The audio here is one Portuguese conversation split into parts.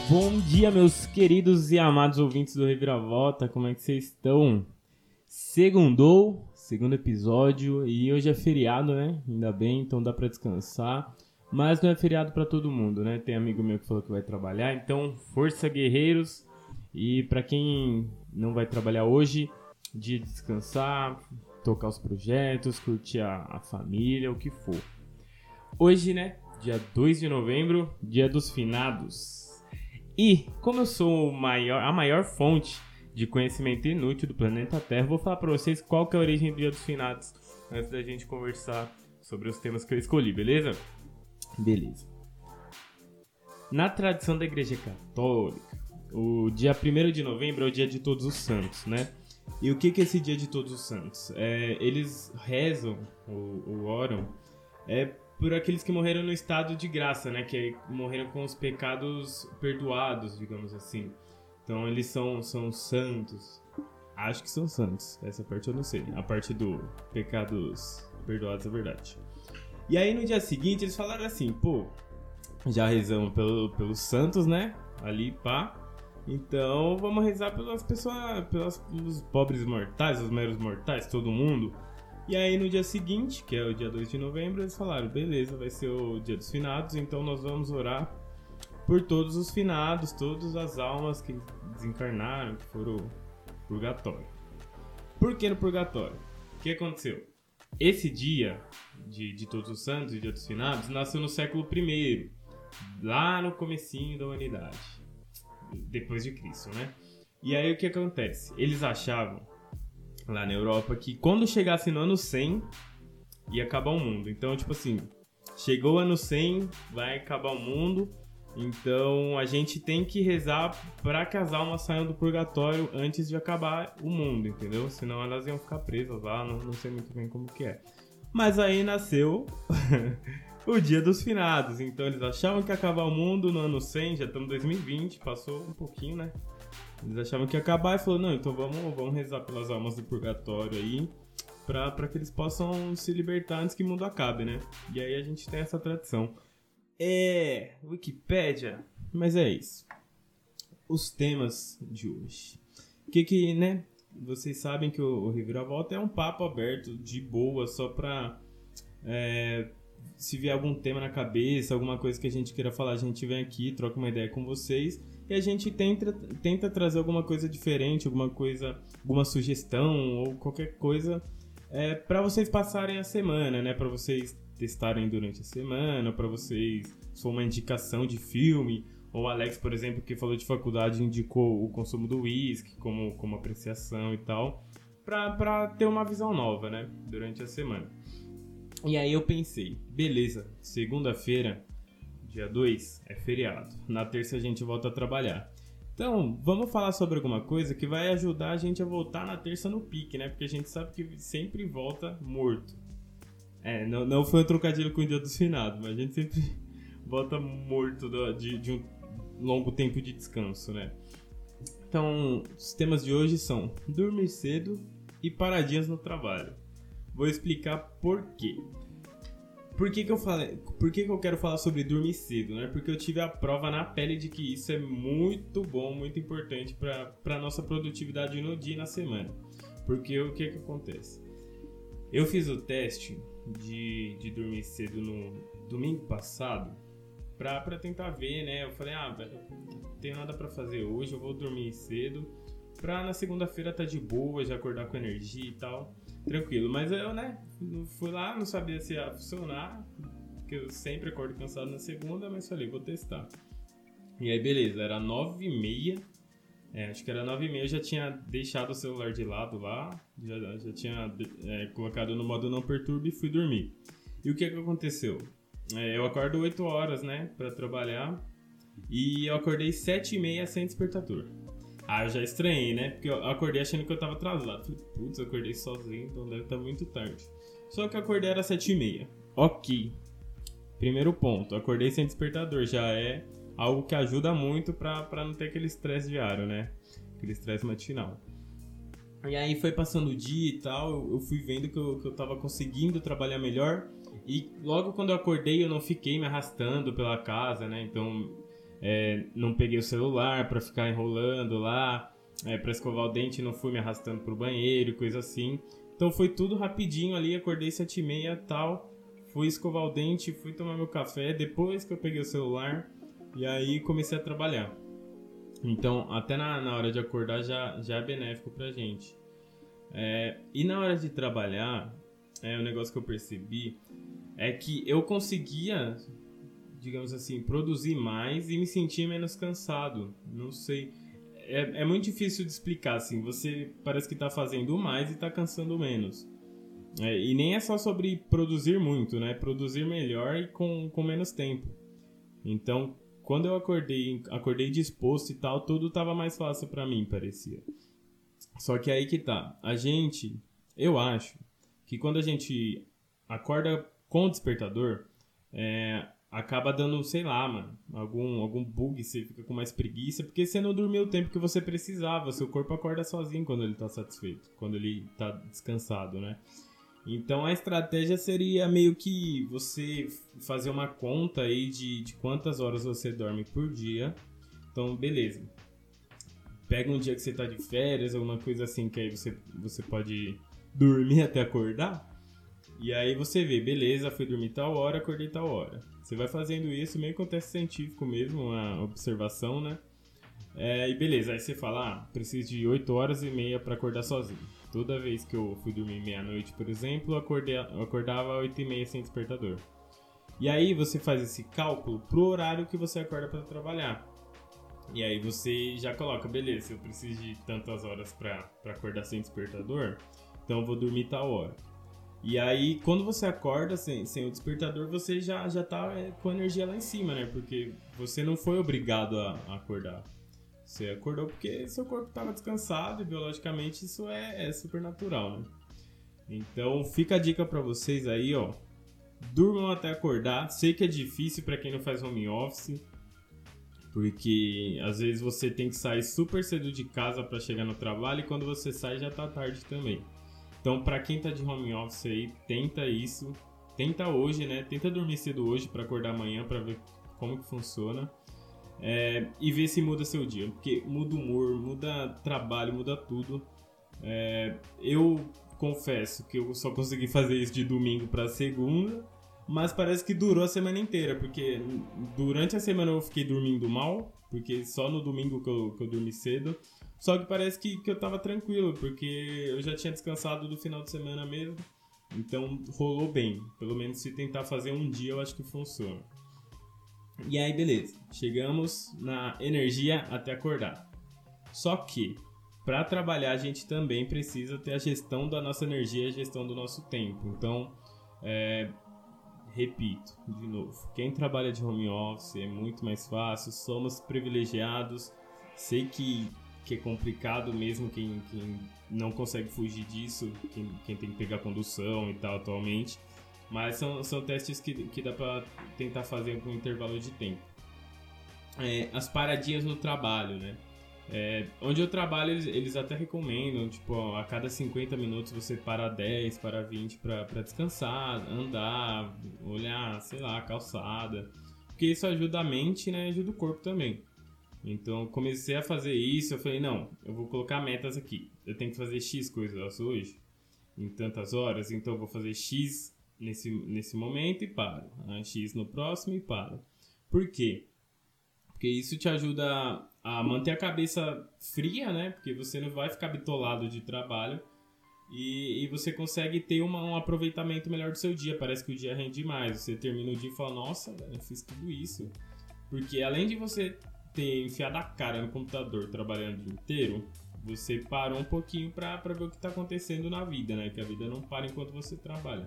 Bom dia, meus queridos e amados ouvintes do Reviravolta, como é que vocês estão? Segundou, segundo episódio, e hoje é feriado, né? Ainda bem, então dá pra descansar. Mas não é feriado pra todo mundo, né? Tem amigo meu que falou que vai trabalhar, então força, guerreiros. E pra quem não vai trabalhar hoje, dia de descansar, tocar os projetos, curtir a família, o que for. Hoje, né? Dia 2 de novembro, dia dos finados. E, como eu sou a maior fonte de conhecimento inútil do planeta Terra, vou falar pra vocês qual que é a origem do Dia dos Finados, antes da gente conversar sobre os temas que eu escolhi, beleza? Beleza. Na tradição da Igreja Católica, o dia 1º de novembro é o dia de Todos os Santos, né? E o que é esse dia de Todos os Santos? Eles rezam ou oram por aqueles que morreram no estado de graça, né? Que morreram com os pecados perdoados, digamos assim. Então eles são santos. Acho que são santos. Essa parte eu não sei. A parte do pecados perdoados é verdade. E aí no dia seguinte eles falaram assim, pô, já rezamos pelos santos, né? Ali, pá. Então vamos rezar pelas pessoas, pelos pobres mortais, os meros mortais, todo mundo. E aí no dia seguinte, que é o dia 2 de novembro, eles falaram, beleza, vai ser o dia dos finados, então nós vamos orar por todos os finados, todas as almas que desencarnaram, que foram no purgatório. Por que no purgatório? O que aconteceu? Esse dia de Todos os Santos, o dia dos finados, nasceu no século I, lá no comecinho da humanidade, depois de Cristo, né? E aí o que acontece? Eles achavam lá na Europa que quando chegasse no ano 100 ia acabar o mundo. Então, tipo assim, chegou o ano 100, vai acabar o mundo. Então, a gente tem que rezar para que as almas saiam do purgatório antes de acabar o mundo, entendeu? Senão elas iam ficar presas lá, não sei muito bem como que é. Mas aí nasceu o dia dos finados. Então, eles achavam que ia acabar o mundo no ano 100, já estamos em 2020, passou um pouquinho, né? Eles achavam que ia acabar e falou, não, então vamos rezar pelas almas do purgatório aí, pra que eles possam se libertar antes que o mundo acabe, né? E aí a gente tem essa tradição. Wikipédia, mas é isso. Os temas de hoje. Né? Vocês sabem que o Reviravolta é um papo aberto, de boa, só pra... se vier algum tema na cabeça, alguma coisa que a gente queira falar, a gente vem aqui, troca uma ideia com vocês e a gente tenta trazer alguma coisa diferente, alguma sugestão ou qualquer coisa para vocês passarem a semana, né? Para vocês testarem durante a semana, para vocês, se for uma indicação de filme, ou o Alex, por exemplo, que falou de faculdade, indicou o consumo do uísque como apreciação e tal, para ter uma visão nova, né? Durante a semana. E aí eu pensei, beleza, segunda-feira, dia 2, é feriado. Na terça a gente volta a trabalhar. Então, vamos falar sobre alguma coisa que vai ajudar a gente a voltar na terça no pique, né? Porque a gente sabe que sempre volta morto. Não foi um trocadilho com o dia dos finados, mas a gente sempre volta morto de um longo tempo de descanso, né? Então, os temas de hoje são dormir cedo e paradinhas no trabalho. Vou explicar por quê. Por que eu quero falar sobre dormir cedo, né? Porque eu tive a prova na pele de que isso é muito bom, muito importante para a nossa produtividade no dia e na semana. Porque o que acontece? Eu fiz o teste de dormir cedo no domingo passado para tentar ver, né? Eu falei, velho, não tenho nada para fazer hoje, eu vou dormir cedo pra na segunda-feira tá de boa, já acordar com energia e tal. Tranquilo, mas eu, né, fui lá, não sabia se ia funcionar, porque eu sempre acordo cansado na segunda, mas falei, vou testar. E aí, beleza, era 9h30, acho que era 9h30, eu já tinha deixado o celular de lado lá, já tinha colocado no modo não perturbe e fui dormir. E o que aconteceu? Eu acordo 8 horas, né, pra trabalhar, e eu acordei 7h30 sem despertador. Eu já estranhei, né? Porque eu acordei achando que eu tava atrasado. Falei, putz, eu acordei sozinho, então deve estar muito tarde. Só que eu acordei era 7h30. Ok. Primeiro ponto, acordei sem despertador. Já é algo que ajuda muito pra não ter aquele estresse diário, né? Aquele estresse matinal. E aí foi passando o dia e tal, eu fui vendo que eu tava conseguindo trabalhar melhor. E logo quando eu acordei, eu não fiquei me arrastando pela casa, né? Então Não peguei o celular pra ficar enrolando lá, pra escovar o dente, não fui me arrastando pro banheiro, coisa assim. Então foi tudo rapidinho ali, acordei 7h30 e tal, fui escovar o dente, fui tomar meu café, depois que eu peguei o celular, e aí comecei a trabalhar. Então, até na hora de acordar já é benéfico pra gente. E na hora de trabalhar, o negócio que eu percebi é que eu conseguia, digamos assim, produzir mais e me sentir menos cansado. Não sei. É muito difícil de explicar, assim. Você parece que tá fazendo mais e tá cansando menos. E nem é só sobre produzir muito, né? Produzir melhor e com menos tempo. Então, quando eu acordei disposto e tal, tudo tava mais fácil pra mim, parecia. Só que aí que tá. Eu acho que quando a gente acorda com o despertador, acaba dando, sei lá, mano, algum bug, você fica com mais preguiça, porque você não dormiu o tempo que você precisava, seu corpo acorda sozinho quando ele tá satisfeito, quando ele tá descansado, né? Então a estratégia seria meio que você fazer uma conta aí de quantas horas você dorme por dia. Então, beleza. Pega um dia que você tá de férias, alguma coisa assim, que aí você pode dormir até acordar. E aí você vê, beleza, fui dormir tal hora, acordei tal hora. Você vai fazendo isso, meio que um teste científico mesmo, uma observação, né? E beleza, aí você fala, preciso de 8h30 pra acordar sozinho. Toda vez que eu fui dormir meia-noite, por exemplo, eu acordava 8h30 sem despertador. E aí você faz esse cálculo pro horário que você acorda pra trabalhar. E aí você já coloca, beleza, eu preciso de tantas horas pra acordar sem despertador, então eu vou dormir tal hora. E aí, quando você acorda sem o despertador, você já tá com a energia lá em cima, né? Porque você não foi obrigado a acordar. Você acordou porque seu corpo estava descansado e biologicamente isso é super natural, né? Então, fica a dica pra vocês aí, ó. Durmam até acordar. Sei que é difícil pra quem não faz home office, porque às vezes você tem que sair super cedo de casa pra chegar no trabalho e quando você sai já tá tarde também. Então, pra quem tá de home office aí, tenta isso. Tenta hoje, né? Tenta dormir cedo hoje pra acordar amanhã pra ver como que funciona. E ver se muda seu dia. Porque muda o humor, muda trabalho, muda tudo. Eu confesso que eu só consegui fazer isso de domingo pra segunda. Mas parece que durou a semana inteira. Porque durante a semana eu fiquei dormindo mal. Porque só no domingo que eu dormi cedo. Só que parece que eu tava tranquilo, porque eu já tinha descansado do final de semana mesmo. Então rolou bem. Pelo menos se tentar fazer um dia eu acho que funciona. E aí beleza, chegamos na energia até acordar. Só que para trabalhar a gente também precisa ter a gestão da nossa energia e a gestão do nosso tempo. Então, repito de novo, quem trabalha de home office é muito mais fácil, somos privilegiados. Sei que é complicado mesmo quem não consegue fugir disso, quem tem que pegar condução e tal atualmente, mas são testes que dá pra tentar fazer com um intervalo de tempo. As paradinhas no trabalho, né? Onde eu trabalho eles até recomendam, tipo, a cada 50 minutos você para 10, para 20 pra descansar, andar, olhar, sei lá, a calçada, porque isso ajuda a mente, né, e ajuda o corpo também. Então comecei a fazer isso, eu falei, não, eu vou colocar metas aqui. Eu tenho que fazer X coisas hoje, em tantas horas, então eu vou fazer X nesse momento e paro. X no próximo e paro. Por quê? Porque isso te ajuda a manter a cabeça fria, né? Porque você não vai ficar bitolado de trabalho e você consegue ter um aproveitamento melhor do seu dia. Parece que o dia rende mais. Você termina o dia e fala, nossa, velho, eu fiz tudo isso. Porque além de você ter enfiado a cara no computador trabalhando o dia inteiro, você parou um pouquinho pra ver o que tá acontecendo na vida, né? Que a vida não para enquanto você trabalha.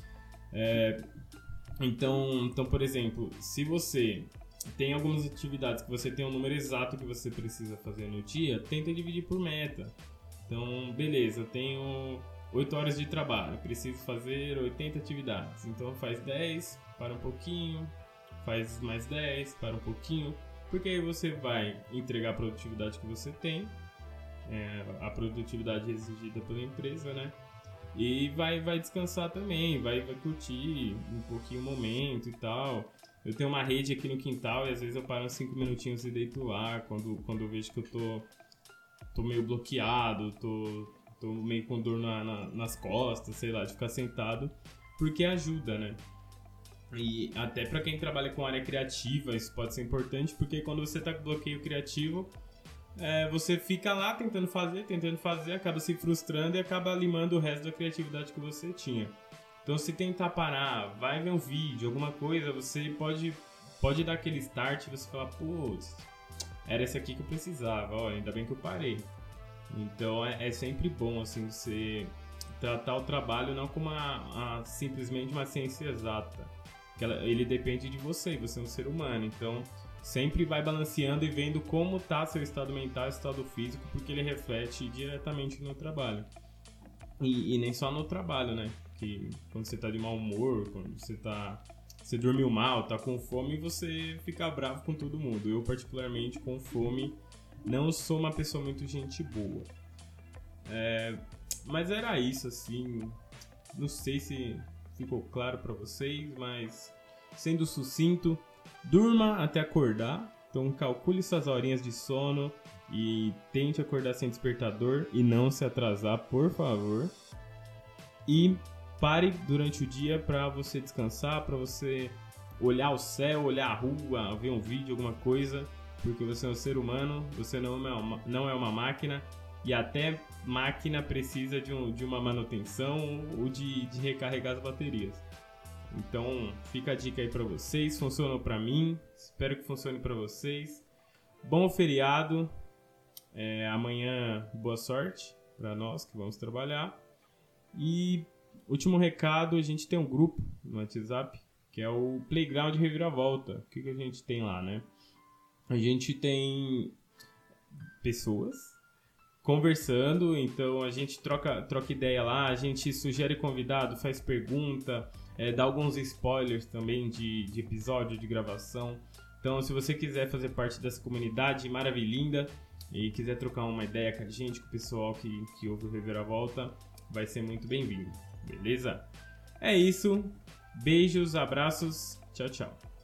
Então, por exemplo, se você tem algumas atividades que você tem um número exato que você precisa fazer no dia, tenta dividir por meta. Então, beleza, eu tenho 8 horas de trabalho, preciso fazer 80 atividades. Então faz 10, para um pouquinho, faz mais 10, para um pouquinho. Porque aí você vai entregar a produtividade que você tem, a produtividade exigida pela empresa, né? E vai descansar também, vai curtir um pouquinho o momento e tal. Eu tenho uma rede aqui no quintal e às vezes eu paro uns 5 minutinhos e deito lá, quando eu vejo que eu tô meio bloqueado, tô meio com dor nas costas, sei lá, de ficar sentado, porque ajuda, né? E até pra quem trabalha com área criativa, isso pode ser importante, porque quando você tá com bloqueio criativo, você fica lá tentando fazer, acaba se frustrando e acaba limando o resto da criatividade que você tinha. Então, se tentar parar, vai ver um vídeo, alguma coisa, você pode dar aquele start e você falar, putz, era esse aqui que eu precisava, ó, ainda bem que eu parei. Então, é sempre bom, assim, você tratar o trabalho não como simplesmente uma ciência exata. Ele depende de você é um ser humano, então sempre vai balanceando e vendo como tá seu estado mental e estado físico, porque ele reflete diretamente no trabalho. E nem só no trabalho, né? Que quando você tá de mau humor, quando você dormiu mal, tá com fome, você fica bravo com todo mundo. Eu, particularmente, com fome, não sou uma pessoa muito gente boa. Mas era isso, assim. Não sei se ficou claro pra vocês, mas sendo sucinto, durma até acordar. Então calcule suas horinhas de sono e tente acordar sem despertador e não se atrasar, por favor. E pare durante o dia para você descansar, para você olhar o céu, olhar a rua, ver um vídeo, alguma coisa, porque você é um ser humano, você não é uma máquina, e até máquina precisa de uma manutenção ou de recarregar as baterias. Então fica a dica aí para vocês, funcionou para mim, espero que funcione para vocês. Bom feriado, amanhã boa sorte para nós que vamos trabalhar. E último recado, a gente tem um grupo no WhatsApp, que é o Playground Reviravolta. O que a gente tem lá, né? A gente tem pessoas conversando, então a gente troca ideia lá, a gente sugere convidado, faz pergunta, dá alguns spoilers também de episódio, de gravação. Então, se você quiser fazer parte dessa comunidade maravilhinda e quiser trocar uma ideia com a gente, com o pessoal que ouve o Reviravolta, vai ser muito bem-vindo, beleza? É isso, beijos, abraços, tchau, tchau.